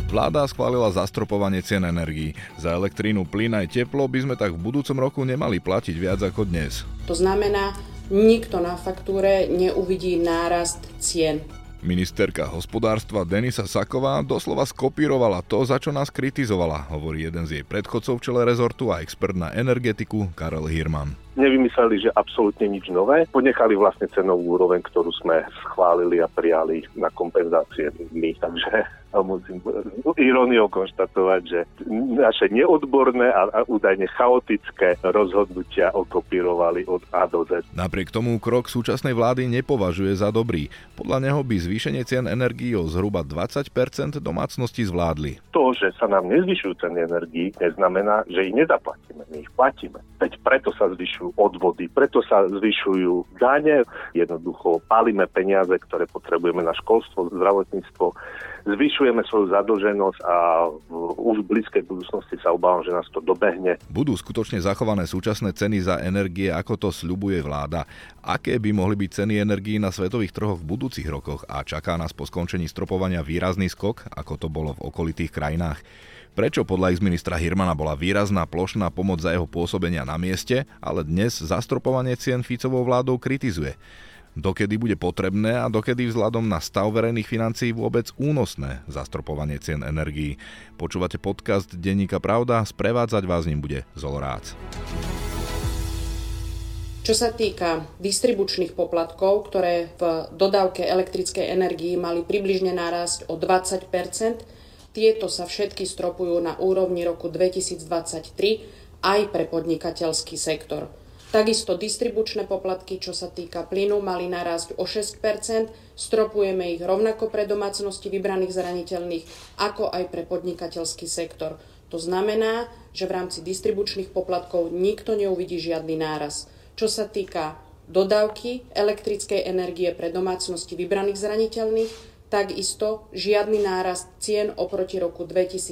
Vláda schválila zastropovanie cien energií. Za elektrínu, plyn aj teplo by sme tak v budúcom roku nemali platiť viac ako dnes. To znamená, nikto na faktúre neuvidí nárast cien. Ministerka hospodárstva Denisa Saková doslova skopírovala to, za čo nás kritizovala, hovorí jeden z jej predchodcov v čele rezortu a expert na energetiku Karel Hirman. Nevymysleli, že absolútne nič nové. Ponechali vlastne cenovú úroveň, ktorú sme schválili a prijali na kompenzácie my. Takže musím iróniou konštatovať, že naše neodborné a údajne chaotické rozhodnutia okopírovali od A do Z. Napriek tomu krok súčasnej vlády nepovažuje za dobrý. Podľa neho by zvýšenie cien energií o zhruba 20% domácnosti zvládli. To, že sa nám nezvyšujú ceny energií, neznamená, že ich nezaplatíme. My ich platíme. Veď preto sa zvyšujú odvody, preto sa zvyšujú dane. Jednoducho pálime peniaze, ktoré potrebujeme na školstvo, zdravotníctvo. Zvyšujeme svoju zadlženosť a už v blízkej budúcnosti sa obávam, že nás to dobehne. Budú skutočne zachované súčasné ceny za energie, ako to sľubuje vláda? Aké by mohli byť ceny energií na svetových trhoch v budúcich rokoch a čaká nás po skončení stropovania výrazný skok, ako to bolo v okolitých krajinách? Prečo podľa ex-ministra Hirmana bola výrazná plošná pomoc za jeho pôsobenia na mieste, ale dnes zastropovanie cien Ficovou vládou kritizuje? Dokedy bude potrebné a dokedy vzhľadom na stav verejných financií vôbec únosné zastropovanie cien energií? Počúvate podcast Denníka Pravda, sprevádzať vás ním bude Zol Rác. Čo sa týka distribučných poplatkov, ktoré v dodávke elektrickej energii mali približne narásť o 20%, tieto sa všetky stropujú na úrovni roku 2023 aj pre podnikateľský sektor. Takisto distribučné poplatky, čo sa týka plynu, mali narásť o 6%, stropujeme ich rovnako pre domácnosti vybraných zraniteľných, ako aj pre podnikateľský sektor. To znamená, že v rámci distribučných poplatkov nikto neuvidí žiadny náraz. Čo sa týka dodávky elektrickej energie pre domácnosti vybraných zraniteľných, takisto žiadny nárast cien oproti roku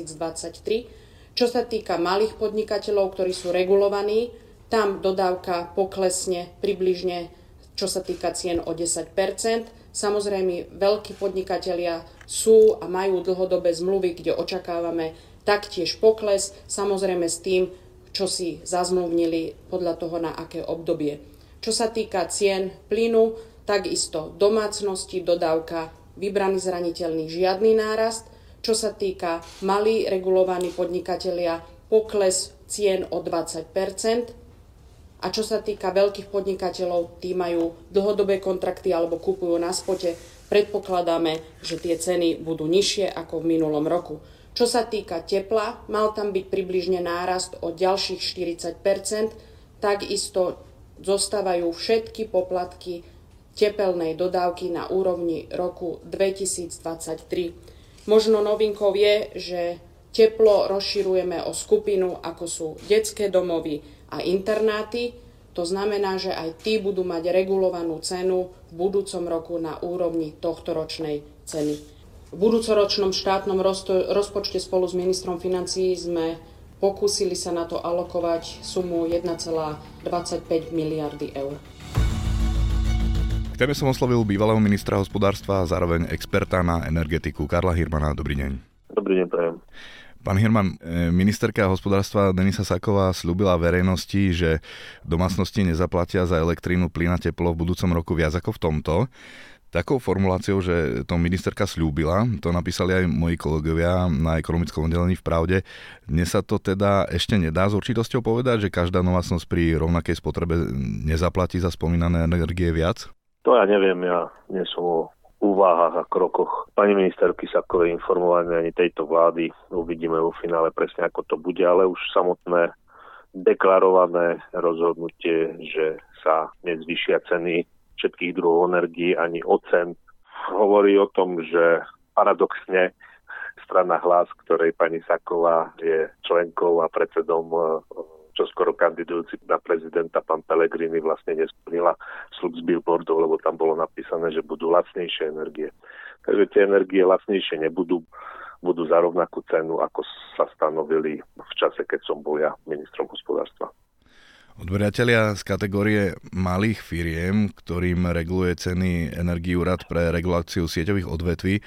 2023. Čo sa týka malých podnikateľov, ktorí sú regulovaní, tam dodávka poklesne približne, čo sa týka cien o 10%. Samozrejme, veľkí podnikatelia sú a majú dlhodobé zmluvy, kde očakávame taktiež pokles, samozrejme s tým, čo si zazmluvnili podľa toho, na aké obdobie. Čo sa týka cien plynu, takisto domácnosti, dodávka, vybraný zraniteľný, žiadny nárast. Čo sa týka malí regulovaní podnikatelia, pokles cien o 20%. A čo sa týka veľkých podnikateľov, tí majú dlhodobé kontrakty alebo kupujú na spote. Predpokladáme, že tie ceny budú nižšie ako v minulom roku. Čo sa týka tepla, mal tam byť približne nárast o ďalších 40%. Takisto zostávajú všetky poplatky tepelnej dodávky na úrovni roku 2023. Možno novinkou je, že teplo rozširujeme o skupinu, ako sú detské domovy a internáty. To znamená, že aj tí budú mať regulovanú cenu v budúcom roku na úrovni tohtoročnej ceny. V budúcoročnom štátnom rozpočte spolu s ministrom financií sme pokúsili sa na to alokovať sumu 1,25 miliardy eur. K téme som oslovil bývalého ministra hospodárstva a zároveň experta na energetiku Karla Hirmana. Dobrý deň. Dobrý deň, prajem. Pán Hirman, ministerka hospodárstva Denisa Saková sľúbila verejnosti, že domácnosti nezaplatia za elektrínu, plyn a teplo v budúcom roku viac ako v tomto. Takou formuláciou, že to ministerka sľúbila, to napísali aj moji kolegovia na ekonomickom oddelení v Pravde. Dnes sa to teda ešte nedá s určitosťou povedať, že každá domácnosť pri rovnakej spotrebe nezaplatí za spomínané energie viac? To ja neviem, ja nie som o úvahách a krokoch pani ministerky Sakovej informovania ani tejto vlády. Uvidíme vo finále presne, ako to bude, ale už samotné deklarované rozhodnutie, že sa nezvýšia ceny všetkých druhov energií ani o cent, hovorí o tom, že paradoxne strana Hlas, ktorej pani Saková je členkou a predsedom, čoskoro kandidujúci na prezidenta, pán Pellegrini, vlastne nesplnila sľub z billboardov, lebo tam bolo napísané, že budú lacnejšie energie. Takže tie energie lacnejšie nebudú, budú za rovnakú cenu, ako sa stanovili v čase, keď som bol ja ministrom hospodárstva. Odberateľia z kategórie malých firiem, ktorým reguluje ceny energií úrad pre reguláciu sieťových odvetví,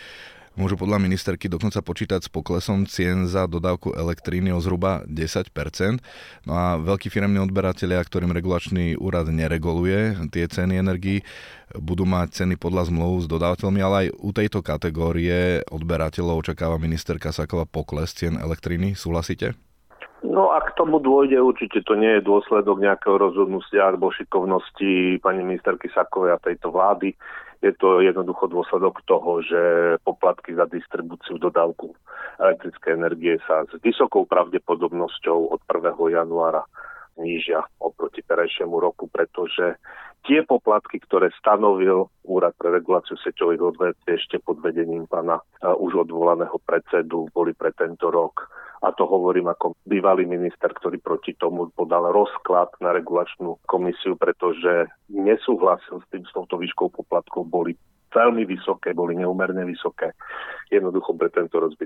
môžu podľa ministerky dokonca počítať s poklesom cien za dodávku elektriny o zhruba 10%. No a veľkí firemní odberatelia, ktorým regulačný úrad nereguluje tie ceny energií, budú mať ceny podľa zmluv s dodávateľmi, ale aj u tejto kategórie odberateľov očakáva ministerka Saková pokles cien elektriny. Súhlasíte? No a k tomu dôjde, určite to nie je dôsledok nejakého rozhodnutia alebo šikovnosti pani ministerky Sakovej a tejto vlády. Je to jednoducho dôsledok toho, že poplatky za distribúciu dodávku elektrickej energie sa s vysokou pravdepodobnosťou od 1. januára znížia oproti terajšiemu roku, pretože tie poplatky, ktoré stanovil Úrad pre reguláciu sieťových odvetví ešte pod vedením pána už odvolaného predsedu, boli pre tento rok. A to hovorím ako bývalý minister, ktorý proti tomu podal rozklad na regulačnú komisiu, pretože nesúhlasil s touto výškou poplatkov, boli veľmi vysoké, boli neúmerne vysoké. Jednoducho pre tento rok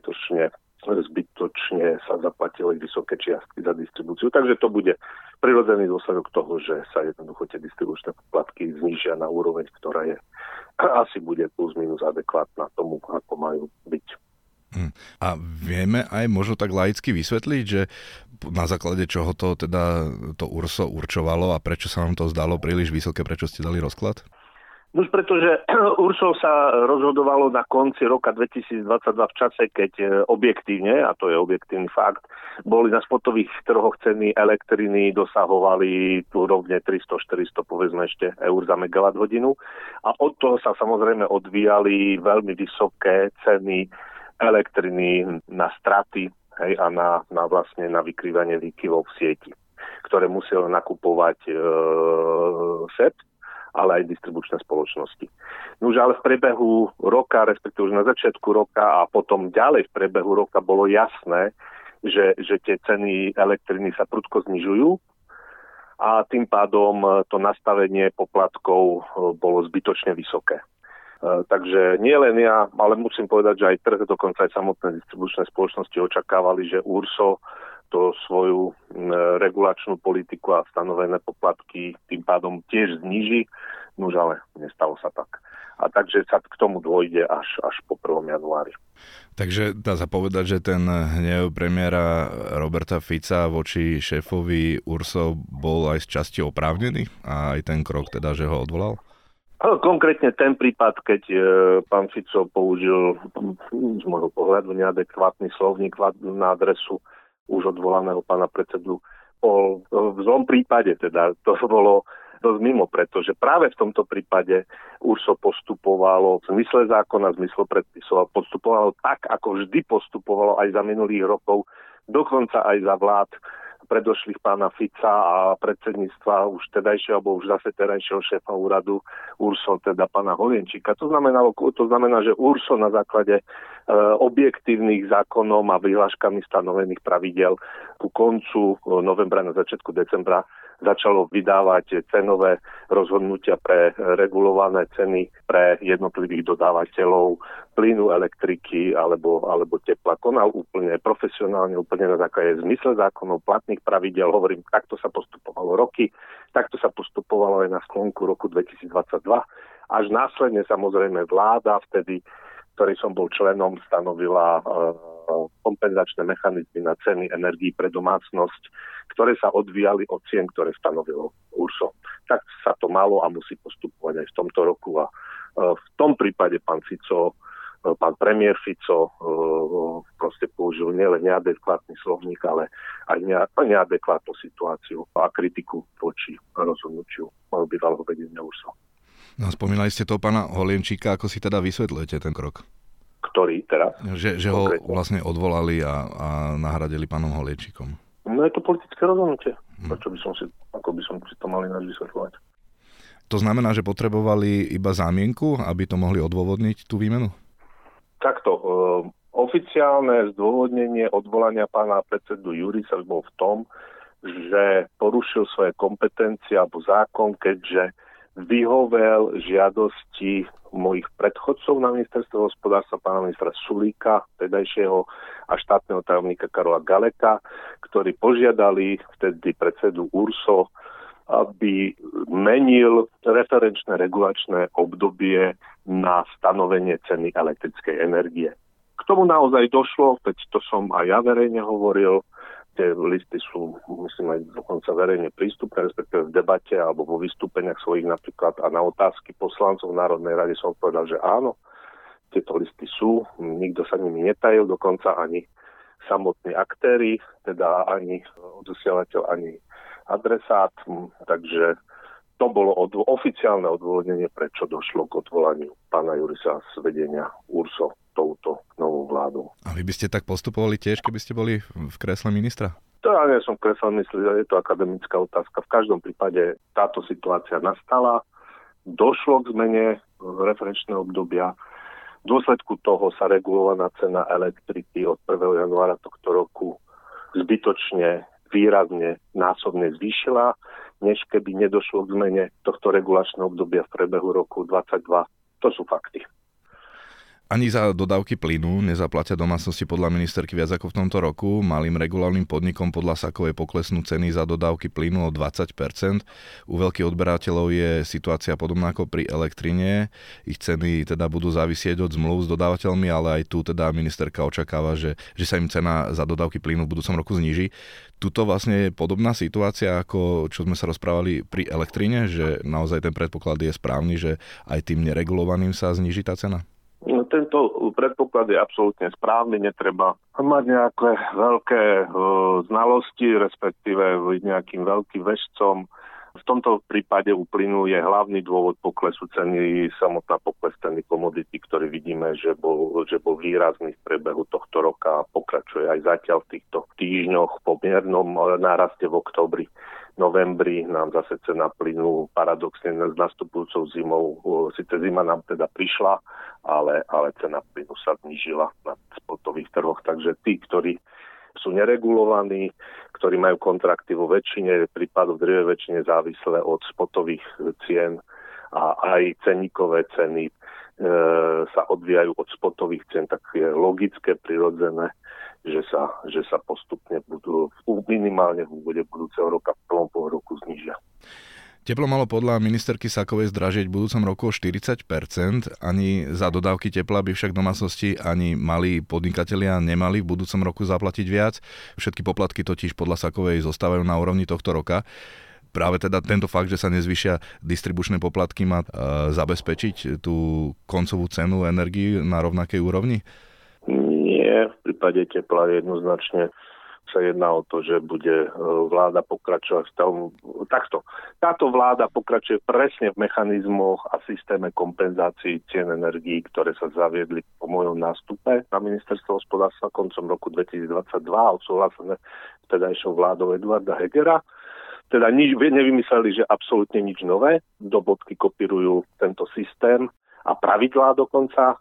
zbytočne sa zaplatili vysoké čiastky za distribúciu. Takže to bude prirodzený dôsledok toho, že sa jednoducho tie distribučné poplatky znížia na úroveň, ktorá je asi bude plus minus adekvátna tomu, ako majú byť. A vieme aj možno tak laicky vysvetliť, že na základe čoho to teda to URSO určovalo a prečo sa vám to zdalo príliš vysoké, prečo ste dali rozklad? No pretože URSO sa rozhodovalo na konci roka 2022 v čase, keď objektívne, a to je objektívny fakt, boli na spotových trhoch ceny elektriny dosahovali úrovne 300-400 povedzme ešte eur za megawatt hodinu a od toho sa samozrejme odvíjali veľmi vysoké ceny elektriny na straty, hej, a na vlastne na vykrývanie výkyvov v sieti, ktoré musel nakupovať SEP, ale aj distribučné spoločnosti. Nože ale v priebehu roka, respektíve už na začiatku roka a potom ďalej v priebehu roka bolo jasné, že tie ceny elektriny sa prudko znižujú a tým pádom to nastavenie poplatkov bolo zbytočne vysoké. Takže nie len ja, ale musím povedať, že aj trh, dokonca aj samotné distribučné spoločnosti očakávali, že URSO to svoju regulačnú politiku a stanovené poplatky tým pádom tiež zníži, nož ale nestalo sa tak. A takže sa k tomu dôjde až po 1. januári. Takže dá sa povedať, že ten hnev premiéra Roberta Fica voči šéfovi URSO bol aj z časti oprávnený a aj ten krok teda, že ho odvolal? Konkrétne ten prípad, keď pán Fico použil z môjho pohľadu neadekvátny slovník na adresu už odvolaného pána predsedu, v zlom prípade teda to bolo dosť mimo, pretože práve v tomto prípade URSO postupovalo v zmysle zákona, v zmysle predpisov a postupovalo tak, ako vždy postupovalo aj za minulých rokov, dokonca aj za vlád predošlých pána Fica a predsedníctva už tedajšieho, alebo už zase terajšieho šéfa úradu URSO, teda pána Holienčíka. To znamená, že URSO na základe objektívnych zákonom a vyhláškami stanovených pravidel ku koncu novembra, na začiatku decembra začalo vydávať cenové rozhodnutia pre regulované ceny pre jednotlivých dodávateľov plynu, elektriky alebo tepla. Konal úplne profesionálne, úplne na základe zmysle zákonov, platných pravidel. Hovorím, takto sa postupovalo roky, takto sa postupovalo aj na sklonku roku 2022. Až následne samozrejme vláda vtedy, ktorý som bol členom, stanovila kompenzačné mechanizmy na ceny energií pre domácnosť, ktoré sa odvíjali od cien, ktoré stanovilo URSO. Tak sa to malo a musí postupovať aj v tomto roku a v tom prípade pán premiér Fico proste použil nielen neadekvátny slovník, ale aj neadekvátnu situáciu a kritiku voči rozhodnutiu bývalého vedenia URSO. No, spomínali ste toho pána Holienčíka, ako si teda vysvetľujete ten krok? Ktorý teraz? Že ho vlastne odvolali a nahradili pánom Holienčíkom. No je to politické rozhodnutie. Prečo by som si to mali nás vysvetľovať? To znamená, že potrebovali iba zámienku, aby to mohli odôvodniť tú výmenu? Takto. Oficiálne zdôvodnenie odvolania pána predsedu Jurisa bol v tom, že porušil svoje kompetencie alebo zákon, keďže vyhovel žiadosti mojich predchodcov na ministerstve hospodárstva, pána ministra Sulíka, tedajšieho, a štátneho tajomníka Karola Galeka, ktorí požiadali vtedy predsedu URSO aby menil referenčné regulačné obdobie na stanovenie ceny elektrickej energie. K tomu naozaj došlo, veď to som aj ja verejne hovoril. Tie listy sú, myslím, aj dokonca verejne prístupné, respektíve v debate alebo vo vystúpeniach svojich napríklad a na otázky poslancov v Národnej rade som povedal, že áno, tieto listy sú, nikto sa nimi netajil, dokonca ani samotní aktéri, teda ani odosielateľ, ani adresát, takže to bolo oficiálne odôvodnenie, prečo došlo k odvolaniu pána Jurisa z vedenia URSO touto novou vládou. A vy by ste tak postupovali tiež, keby ste boli v kresle ministra? To ja nie som kresel myslieť, je to akademická otázka. V každom prípade táto situácia nastala, došlo k zmene referenčného obdobia, v dôsledku toho sa regulovaná cena elektriky od 1. januára tohto roku zbytočne výrazne násobne zvýšila, než keby nedošlo k zmene tohto regulačného obdobia v priebehu roku 2022. To sú fakty. Ani za dodávky plynu nezaplatia domácnosti podľa ministerky viac ako v tomto roku. Malým regulárnym podnikom podľa Sakovej poklesnú ceny za dodávky plynu o 20%. U veľkých odberateľov je situácia podobná ako pri elektrine. Ich ceny teda budú závisieť od zmluv s dodávateľmi, ale aj tu teda ministerka očakáva, že sa im cena za dodávky plynu v budúcom roku zníži. Tuto vlastne je podobná situácia, ako čo sme sa rozprávali pri elektrine, že naozaj ten predpoklad je správny, že aj tým neregulovaným sa zníži tá cena? Tento predpoklad je absolútne správny, netreba mať nejaké veľké znalosti, respektíve byť nejakým veľkým vešcom. V tomto prípade u plynu je hlavný dôvod poklesu ceny samotná pokles ceny komodity, ktorý vidíme, že bol výrazný v priebehu tohto roka a pokračuje aj zatiaľ v týchto týždňoch po miernom náraste v októbri. Novembri nám zase cena plynu paradoxne s nastupujúcou zimou, síce zima nám teda prišla, ale cena plynu sa znížila na spotových trhoch, takže tí, ktorí sú neregulovaní, ktorí majú kontrakty vo väčšine prípadov, v drvivej väčšine závislé od spotových cien a aj ceníkové ceny sa odvíjajú od spotových cien, tak je logické, prirodzené, že sa postupne budú minimálne v úvode budúceho roka v prvom polroku znížia. Teplo malo podľa ministerky Sakovej zdražieť v budúcom roku o 40%. Ani za dodávky tepla by však domácnosti ani malí podnikatelia nemali v budúcom roku zaplatiť viac. Všetky poplatky totiž podľa Sakovej zostávajú na úrovni tohto roka. Práve teda tento fakt, že sa nezvýšia distribučné poplatky, má zabezpečiť tú koncovú cenu energii na rovnakej úrovni? Nie, v prípade tepla jednoznačne sa jedná o to, že bude vláda pokračovať v tom. Takto. Táto vláda pokračuje presne v mechanizmoch a systéme kompenzácií cien energií, ktoré sa zaviedli po mojom nástupe na ministerstvo hospodárstva koncom roku 2022 a odsúhlasené vtedajšou vládou Eduarda Hegera. Teda nevymysleli, že absolútne nič nové. Do bodky kopírujú tento systém a pravidlá dokonca.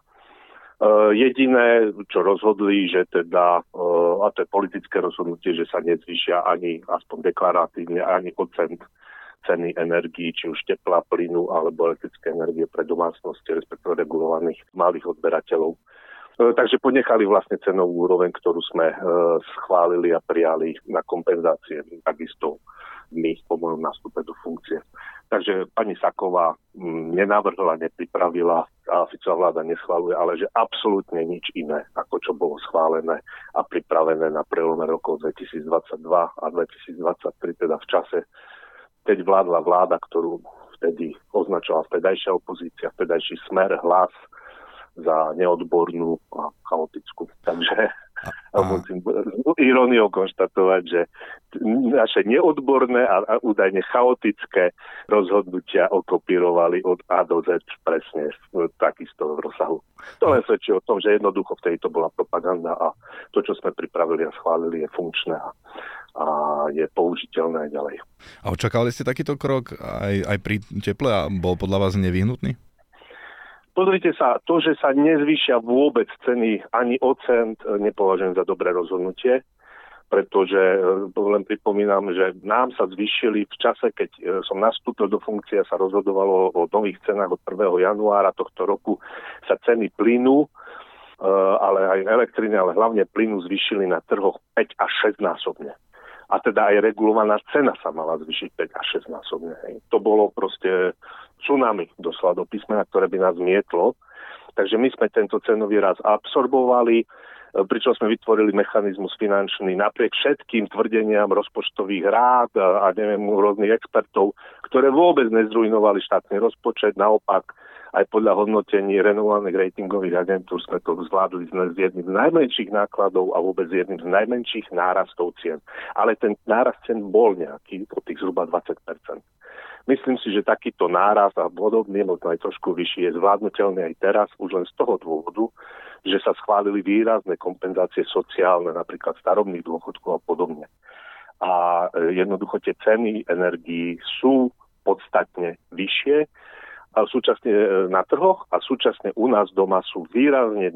Jediné, čo rozhodli, že teda, a to je politické rozhodnutie, že sa nezvýšia ani, aspoň deklaratívne, ani o cent ceny energií, či už tepla, plynu alebo elektrické energie pre domácnosti, respektíve regulovaných malých odberateľov. Takže ponechali vlastne cenovú úroveň, ktorú sme schválili a prijali na kompenzácie takisto my po mojom nástupe do funkcie. Takže pani Saková nenavrhla, nepripravila a Ficová vláda neschváluje, ale že absolútne nič iné, ako čo bolo schválené a pripravené na prelome rokov 2022 a 2023, teda v čase, keď vládla vláda, ktorú vtedy označovala vtedajšia opozícia, vtedajší Smer, Hlas za neodbornú a chaotickú. Takže musím iróniou konštatovať, že naše neodborné a údajne chaotické rozhodnutia okopírovali od A do Z presne v takisto rozsahu. To len svedčí o tom, že jednoducho vtedy to bola propaganda a to, čo sme pripravili a schválili, je funkčné a je použiteľné aj ďalej. A očakávali ste takýto krok aj pri teple a bol podľa vás nevyhnutný? Pozrite sa, to, že sa nezvýšia vôbec ceny ani o cent, nepovažujem za dobré rozhodnutie, pretože len pripomínam, že nám sa zvýšili v čase, keď som nastúpil do funkcie, sa rozhodovalo o nových cenách od 1. januára tohto roku, sa ceny plynu, ale aj elektriny, ale hlavne plynu zvýšili na trhoch 5 až 6 násobne. a teda aj regulovaná cena sa mala zvýšiť 5 až 6 násobne. To bolo proste tsunami doslova do písmena, ktoré by nás zmietlo. Takže my sme tento cenový rast absorbovali, pričom sme vytvorili mechanizmus finančný napriek všetkým tvrdeniam rozpočtových rád a neviem, rôznych expertov, ktoré vôbec nezrujnovali štátny rozpočet, naopak aj podľa hodnotení renovovaných ratingových agentúr sme to zvládli s jedným z najmenších nákladov a vôbec s jedným z najmenších nárastov cien. Ale ten nárast cien bol nejaký, po tých zhruba 20%. Myslím si, že takýto nárast a podobne, možno aj trošku vyšší, je zvládnutelný aj teraz, už len z toho dôvodu, že sa schválili výrazné kompenzácie sociálne, napríklad starobných dôchodkov a podobne. A jednoducho tie ceny energií sú podstatne vyššie, a súčasne na trhoch a súčasne u nás doma sú výrazne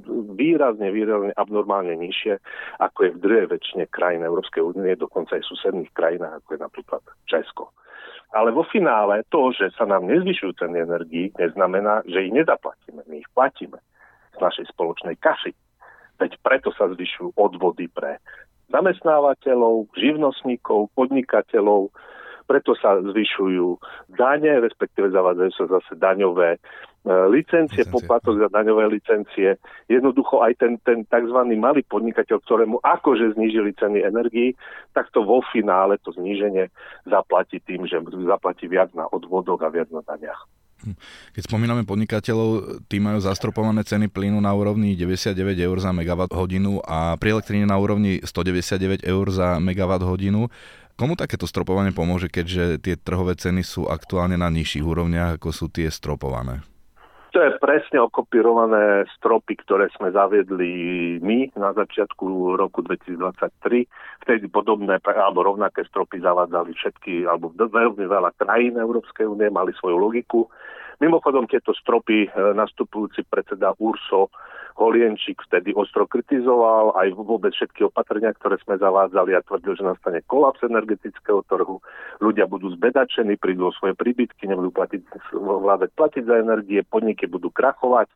abnormálne nižšie, ako je v druhej väčšine krajín Európskej únie, dokonca aj susedných krajinách, ako je napríklad Česko. Ale vo finále to, že sa nám nezvyšujú ceny energií, neznamená, že ich nezaplatíme. My ich platíme z našej spoločnej kasy. Veď preto sa zvyšujú odvody pre zamestnávateľov, živnostníkov, podnikateľov, preto sa zvyšujú dane, respektíve zavádzajú sa zase daňové licencie, poplatok za daňové licencie. Jednoducho aj ten tzv. Malý podnikateľ, ktorému akože znížili ceny energií, tak to vo finále to zníženie zaplatí tým, že zaplatí viac na odvodoch a viac na daniach. Keď spomíname podnikateľov, tí majú zastropované ceny plynu na úrovni 99 eur za megawatt hodinu a pri elektrine na úrovni 199 eur za megawatt hodinu. Komu takéto stropovanie pomôže, keďže tie trhové ceny sú aktuálne na nižších úrovniach, ako sú tie stropované? To je presne okopírované stropy, ktoré sme zaviedli my na začiatku roku 2023. Vtedy podobné alebo rovnaké stropy zavádzali všetky, alebo veľmi veľa krajín Európskej únie, mali svoju logiku. Mimochodom tieto stropy nastupujúci predseda Urso Holienčík vtedy ostro kritizoval aj vôbec všetky opatrenia, ktoré sme zavádzali a tvrdil, že nastane kolaps energetického trhu. Ľudia budú zbedačení, prídu o svoje príbytky, nebudú vládať platiť za energie, podniky budú krachovať.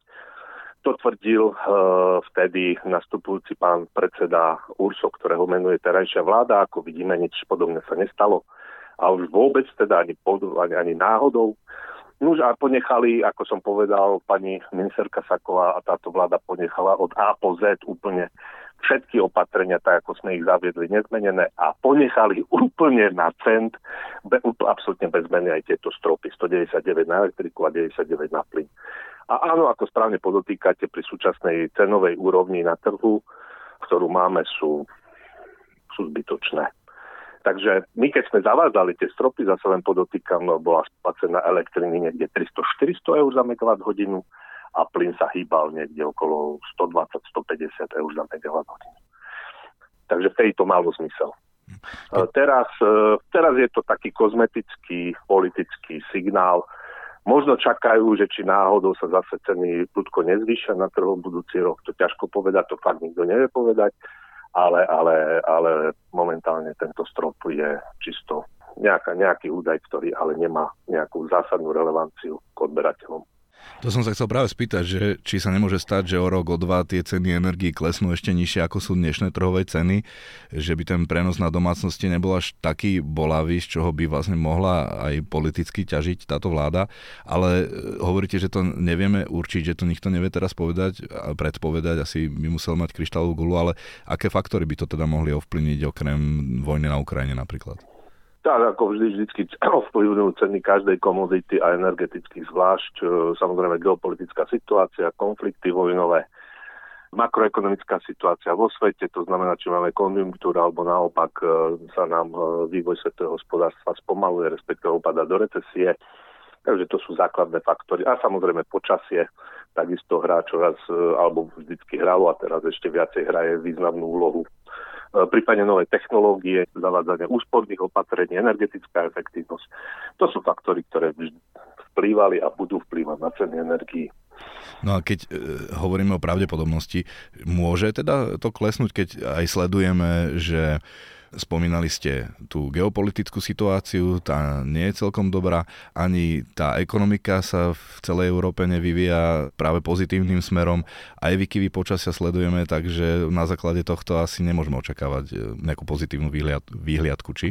To tvrdil vtedy nastupujúci pán predseda Urso, ktorého menuje terajšia vláda. Ako vidíme, nič podobné sa nestalo. A už vôbec teda ani náhodou. Nuž a ponechali, ako som povedal, pani ministerka Saková a táto vláda ponechala od A po Z úplne všetky opatrenia, tak ako sme ich zaviedli, nezmenené a ponechali úplne na cent, absolútne bez zmeny aj tieto stropy, 199 na elektriku a 99 na plyn. A áno, ako správne podotýkate, pri súčasnej cenovej úrovni na trhu, ktorú máme, sú zbytočné. Takže my, keď sme zavádzali tie stropy, zase len podotýkam, bola cena elektriny niekde 300-400 eur za megawatt hodinu a plyn sa hýbal niekde okolo 120-150 eur za megawatt hodinu. Takže vtedy to malo zmysel. Teraz je to taký kozmetický, politický signál. Možno čakajú, že či náhodou sa zase ceny prudko nezvýšia na trhu budúci rok. To ťažko povedať, to fakt nikto nevie povedať. Ale momentálne tento strop je čisto nejaký údaj, ktorý ale nemá nejakú zásadnú relevanciu k odberateľom. To som sa chcel práve spýtať, že či sa nemôže stať, že o rok, o dva tie ceny energií klesnú ešte nižšie, ako sú dnešné trhové ceny, že by ten prenos na domácnosti nebol až taký bolavý, z čoho by vlastne mohla aj politicky ťažiť táto vláda, ale hovoríte, že to nevieme určiť, že to nikto nevie teraz povedať a predpovedať, asi by musel mať kryštálovú guľu, ale aké faktory by to teda mohli ovplyvniť okrem vojny na Ukrajine napríklad? Tak ako vždycky ovplyvňujú ceny každej komodity a energetických zvlášť. Samozrejme geopolitická situácia, konflikty vojnové, makroekonomická situácia vo svete, to znamená, či máme konjunktúru alebo naopak sa nám vývoj svetového hospodárstva spomaluje, respektíve upadá do recesie. Takže to sú základné faktory. A samozrejme počasie takisto hrá čoraz, alebo vždycky hralo a teraz ešte viacej hraje významnú úlohu. Prípadne nové technológie, zavádzanie úsporných opatrení, energetická efektívnosť. To sú faktory, ktoré vplývali a budú vplývať na ceny energií. No a keď hovoríme o pravdepodobnosti, môže teda to klesnúť, keď aj sledujeme, že Spomínali ste tú geopolitickú situáciu, tá nie je celkom dobrá, ani tá ekonomika sa v celej Európe nevyvíja práve pozitívnym smerom. Aj výkyvy počasia sledujeme, takže na základe tohto asi nemôžeme očakávať nejakú pozitívnu výhliadku, či?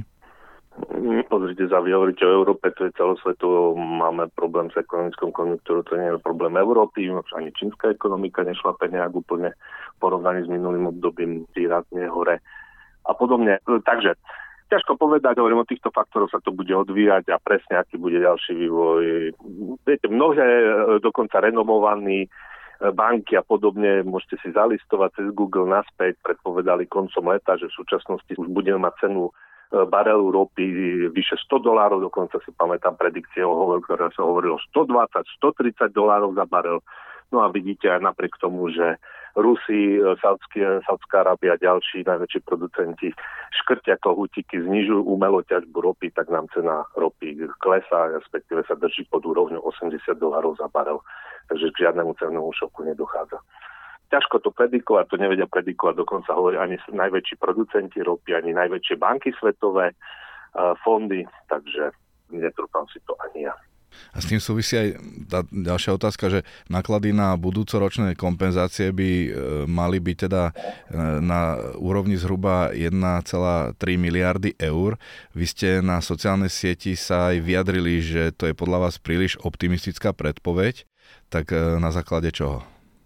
Pozrite sa, vy hovoríte o Európe, to je celosvetovo, máme problém s ekonomickou konjunktúrou, to nie je problém Európy, ani čínska ekonomika nešlape nejak úplne v porovnaní s minulým obdobím výrazne hore a podobne. Takže ťažko povedať, hovorím, o týchto faktoroch sa to bude odvíjať a presne aký bude ďalší vývoj. Viete, mnohé dokonca renomovaní banky a podobne, môžete si zalistovať cez Google naspäť, predpovedali koncom leta, že v súčasnosti už budeme mať cenu barelu ropy vyše $100, dokonca si pamätám predikcie, ktoré sa hovorilo $120, $130 za barel. No a vidíte aj napriek tomu, že Rusi, Saudská Arábia a ďalší najväčší producenti škrtia kohútiky, znižujú umelo ťažbu ropy, tak nám cena ropy klesá, respektíve sa drží pod úrovňou $80 za barel. Takže k žiadnemu cennému šoku nedochádza. Ťažko to predikovať, to nevedia predikovať, dokonca hovorí ani najväčší producenti ropy, ani najväčšie banky svetové, fondy, takže netrúfam si to ani ja. A s tým súvisí aj tá ďalšia otázka, že náklady na budúcoročné kompenzácie by mali byť teda na úrovni zhruba 1,3 miliardy eur. Vy ste na sociálnej sieti sa aj vyjadrili, že to je podľa vás príliš optimistická predpoveď, tak na základe čoho?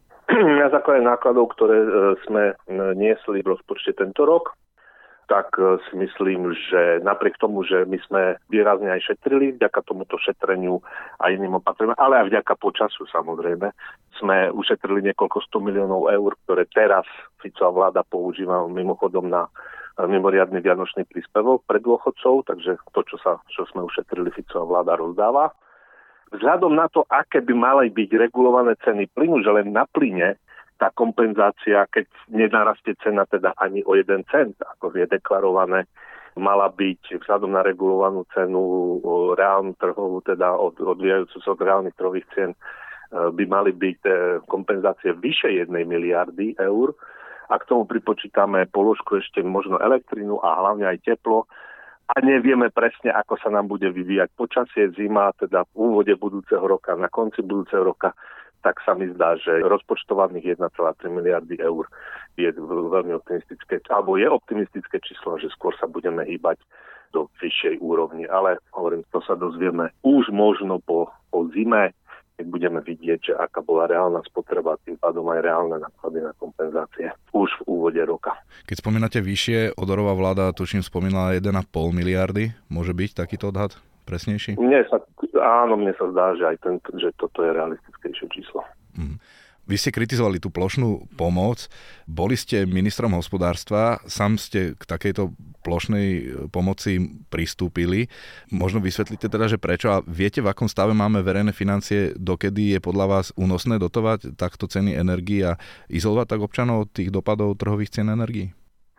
Na základe nákladov, ktoré sme niesli v rozpočte tento rok, tak si myslím, že napriek tomu, že my sme výrazne aj šetrili, vďaka tomuto šetreniu a iným opatreniam, ale aj vďaka počasiu samozrejme, sme ušetrili niekoľko 100 miliónov eur, ktoré teraz Ficová vláda používa mimochodom na mimoriadny vianočný príspevok pre dôchodcov, takže to, čo sme ušetrili, Ficová vláda rozdáva. Vzhľadom na to, aké by mali byť regulované ceny plynu, že len na plyne tá kompenzácia, keď nenarastie cena teda ani o 1 cent, ako je deklarované, mala byť vzhľadom na regulovanú cenu reálnu trhovú, teda odvíjajúcu sa od reálnych trhových cien, by mali byť kompenzácie vyše 1 miliardy eur. A k tomu pripočítame položku ešte možno elektrinu a hlavne aj teplo, a nevieme presne, ako sa nám bude vyvíjať počasie, zima, teda v úvode budúceho roka, na konci budúceho roka, tak sa mi zdá, že rozpočtovaných 1,3 miliardy eur je veľmi optimistické, alebo je optimistické číslo, že skôr sa budeme hýbať do vyššej úrovni. Ale hovorím, to sa dozvieme už možno po zime, keď budeme vidieť, že aká bola reálna spotreba, tým pádom aj reálne náklady na kompenzácie už v úvode roka. Keď spomínate vyššie, Odorová vláda, tuším, spomínala 1,5 miliardy. Môže byť takýto odhad presnejší? Mne sa zdá, že aj že toto je realistickejšie číslo. Vy ste kritizovali tú plošnú pomoc, boli ste ministrom hospodárstva, sám ste k takejto plošnej pomoci pristúpili. Možno vysvetlíte teda, že prečo a viete, v akom stave máme verejné financie, dokedy je podľa vás únosné dotovať takto ceny energií a izolovať tak občanov od tých dopadov trhových cien energií?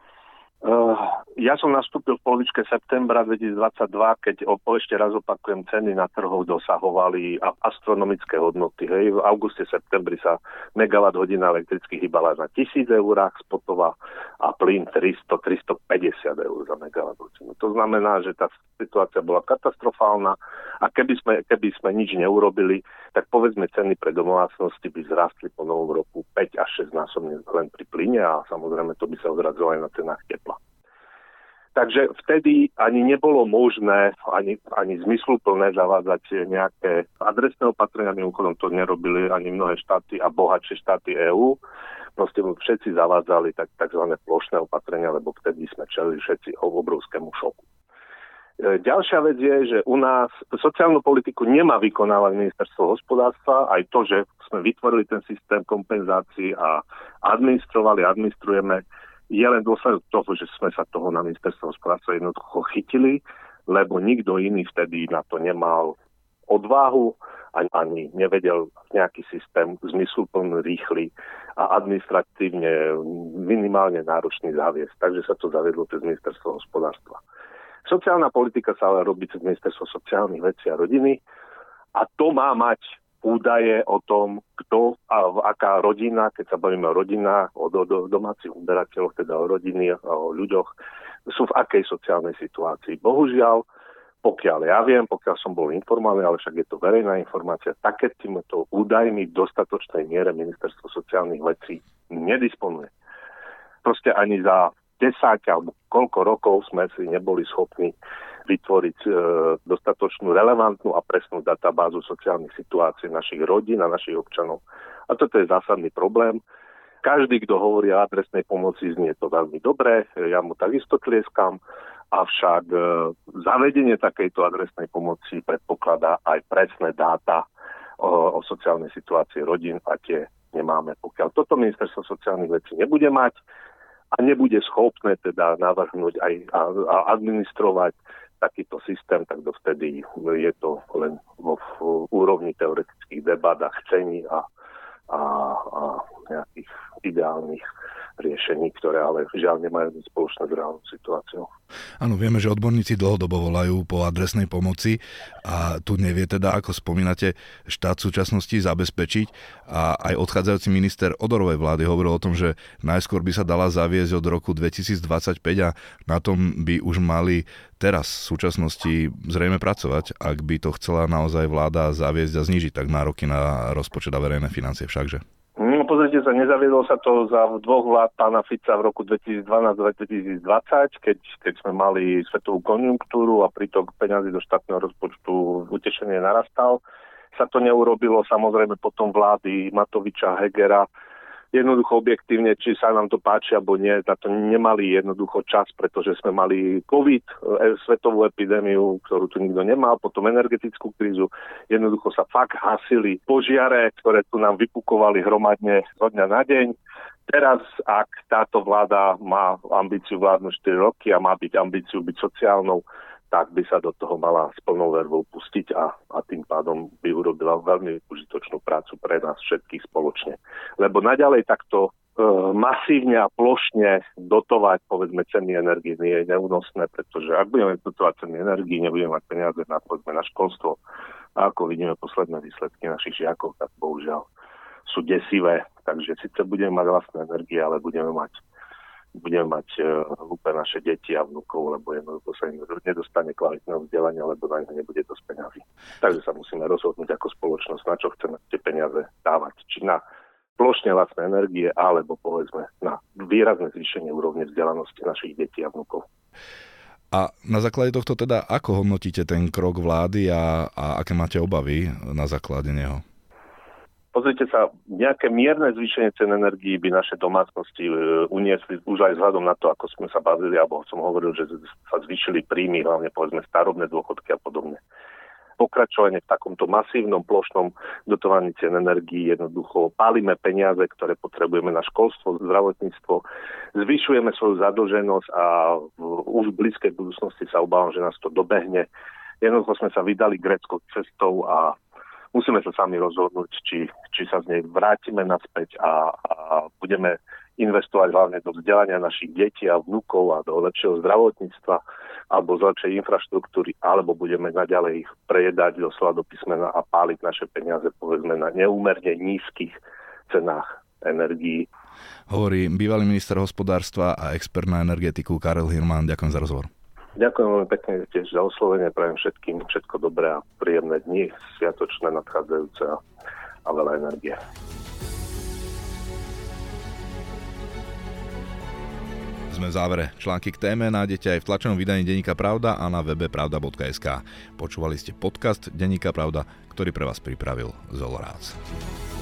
Ja som nastúpil v polovičke septembra 2022, keď ešte raz opakujem, ceny na trhoch dosahovali astronomické hodnoty. Hej. V auguste, septembri sa megawatt hodina elektrických hýbala na 1,000 eurách spotová a plyn 300-350 eur za megawatt hodinu. To znamená, že tá situácia bola katastrofálna a keby sme nič neurobili, tak povedzme ceny pre domácnosti by zrastli po novom roku 5 až 6 násobne len pri plyne a samozrejme to by sa odradzalo aj na cenách tepla. Takže vtedy ani nebolo možné, ani zmysluplné zavádzať nejaké adresné opatrenia, mimochodom to nerobili ani mnohé štáty a bohatšie štáty EÚ. Proste všetci zavádzali tzv. Plošné opatrenia, lebo vtedy sme čelili všetci obrovskému šoku. Ďalšia vec je, že u nás sociálnu politiku nemá vykonávať ministerstvo hospodárstva, aj to, že sme vytvorili ten systém kompenzácií a administrujeme, je len dôsledok toho, že sme sa toho na ministerstvo hospodárstva jednoducho chytili, lebo nikto iný vtedy na to nemal odvahu, ani nevedel nejaký systém zmysluplný, rýchly a administratívne minimálne náročný zaviesť. Takže sa to zaviedlo cez ministerstvo hospodárstva. Sociálna politika sa ale robí cez ministerstvo sociálnych vecí a rodiny a to má mať údaje o tom, kto a aká rodina, keď sa bavíme o rodinách, o domácich uberateľoch, teda o rodiny a o ľuďoch, sú v akej sociálnej situácii. Bohužiaľ, pokiaľ ja viem, pokiaľ som bol informovaný, ale však je to verejná informácia, takýmito údajmi v dostatočnej miere Ministerstvo sociálnych vecí nedisponuje. Proste ani za 10 alebo koľko rokov sme si neboli schopní vytvoriť dostatočnú relevantnú a presnú databázu sociálnych situácií našich rodín a našich občanov. A toto je zásadný problém. Každý, kto hovorí o adresnej pomoci, znie to veľmi dobre, ja mu takisto tlieskam, avšak zavedenie takejto adresnej pomoci predpokladá aj presné dáta o sociálnej situácii rodín a tie nemáme. Pokiaľ toto Ministerstvo sociálnych vecí nebude mať a nebude schopné teda navrhnúť aj a administrovať takýto systém, tak dovtedy je to len vo úrovni teoretických debát a chcení a nejakých ideálnych riešení, ktoré ale žiaľ nemajú nič spoločné s reálnou situáciou. Áno, vieme, že odborníci dlhodobo volajú po adresnej pomoci a tu nevie teda, ako spomínate, štát v súčasnosti zabezpečiť a aj odchádzajúci minister Odorovej vlády hovoril o tom, že najskôr by sa dala zaviesť od roku 2025 a na tom by už mali teraz v súčasnosti zrejme pracovať, ak by to chcela naozaj vláda zaviesť a znížiť tak nároky na rozpočet a verejné financie všakže. No pozrite sa, nezaviedlo sa to za dvoch vlád pána Fica v roku 2012-2020, keď sme mali svetovú konjunktúru a prítok peňazí do štátneho rozpočtu utešenie narastal. Sa to neurobilo samozrejme potom vlády Matoviča, Hegera. Jednoducho objektívne, či sa nám to páči alebo nie, na to nemali jednoducho čas, pretože sme mali COVID, svetovú epidémiu, ktorú tu nikto nemal, potom energetickú krízu. Jednoducho sa fakt hasili požiare, ktoré tu nám vypukovali hromadne zo dňa na deň. Teraz, ak táto vláda má ambíciu vládnuť 4 roky a má byť ambíciu byť sociálnou, tak by sa do toho mala s plnou vervou pustiť a tým pádom by urobila veľmi užitočnú prácu pre nás všetkých spoločne. Lebo naďalej takto masívne a plošne dotovať, povedzme, ceny energii nie je neúnosné, pretože ak budeme dotovať ceny energii, nebudeme mať peniaze na, povedzme, na školstvo. A ako vidíme posledné výsledky našich žiakov, tak bohužiaľ sú desivé. Takže síce budeme mať vlastné energie, ale budeme mať hlúpe naše deti a vnúkov, lebo jednoducho sa im nedostane kvalitného vzdelania, lebo na ne nebude dosť peňazí. Takže sa musíme rozhodnúť ako spoločnosť, na čo chceme tie peniaze dávať. Či na plošne vlastné energie, alebo povedzme na výrazné zvýšenie úrovne vzdelanosti našich detí a vnúkov. A na základe tohto teda, ako hodnotíte ten krok vlády a aké máte obavy na základe neho? Pozrite sa, nejaké mierne zvýšenie cen energií by naše domácnosti uniesli už aj vzhľadom na to, ako sme sa bavili, alebo som hovoril, že sa zvýšili príjmy, hlavne povedzme starobné dôchodky a podobne. Pokračovanie v takomto masívnom plošnom dotovaní cien energií jednoducho pálime peniaze, ktoré potrebujeme na školstvo, zdravotníctvo, zvyšujeme svoju zadlženosť a už v blízkej budúcnosti sa obávam, že nás to dobehne. Jednoducho sme sa vydali gréckou cestou a musíme sa sami rozhodnúť, či sa z nej vrátime naspäť a budeme investovať hlavne do vzdelania našich detí a vnúkov a do lepšieho zdravotníctva alebo z lepšej infraštruktúry, alebo budeme naďalej ich prejedať doslova do písmena a páliť naše peniaze, povedzme, na neúmerne nízkych cenách energií. Hovorí bývalý minister hospodárstva a expert na energetiku Karel Hirman. Ďakujem za rozhovor. Ďakujem veľmi pekne tiež za oslovenie, prajem všetkým všetko dobré a príjemné dni, sviatočné, nadchádzajúce a veľa energie. Sme v závere. Články k téme nájdete aj v tlačenom vydaní denníka Pravda a na webe pravda.sk. Počúvali ste podcast denníka Pravda, ktorý pre vás pripravil Zol Rác.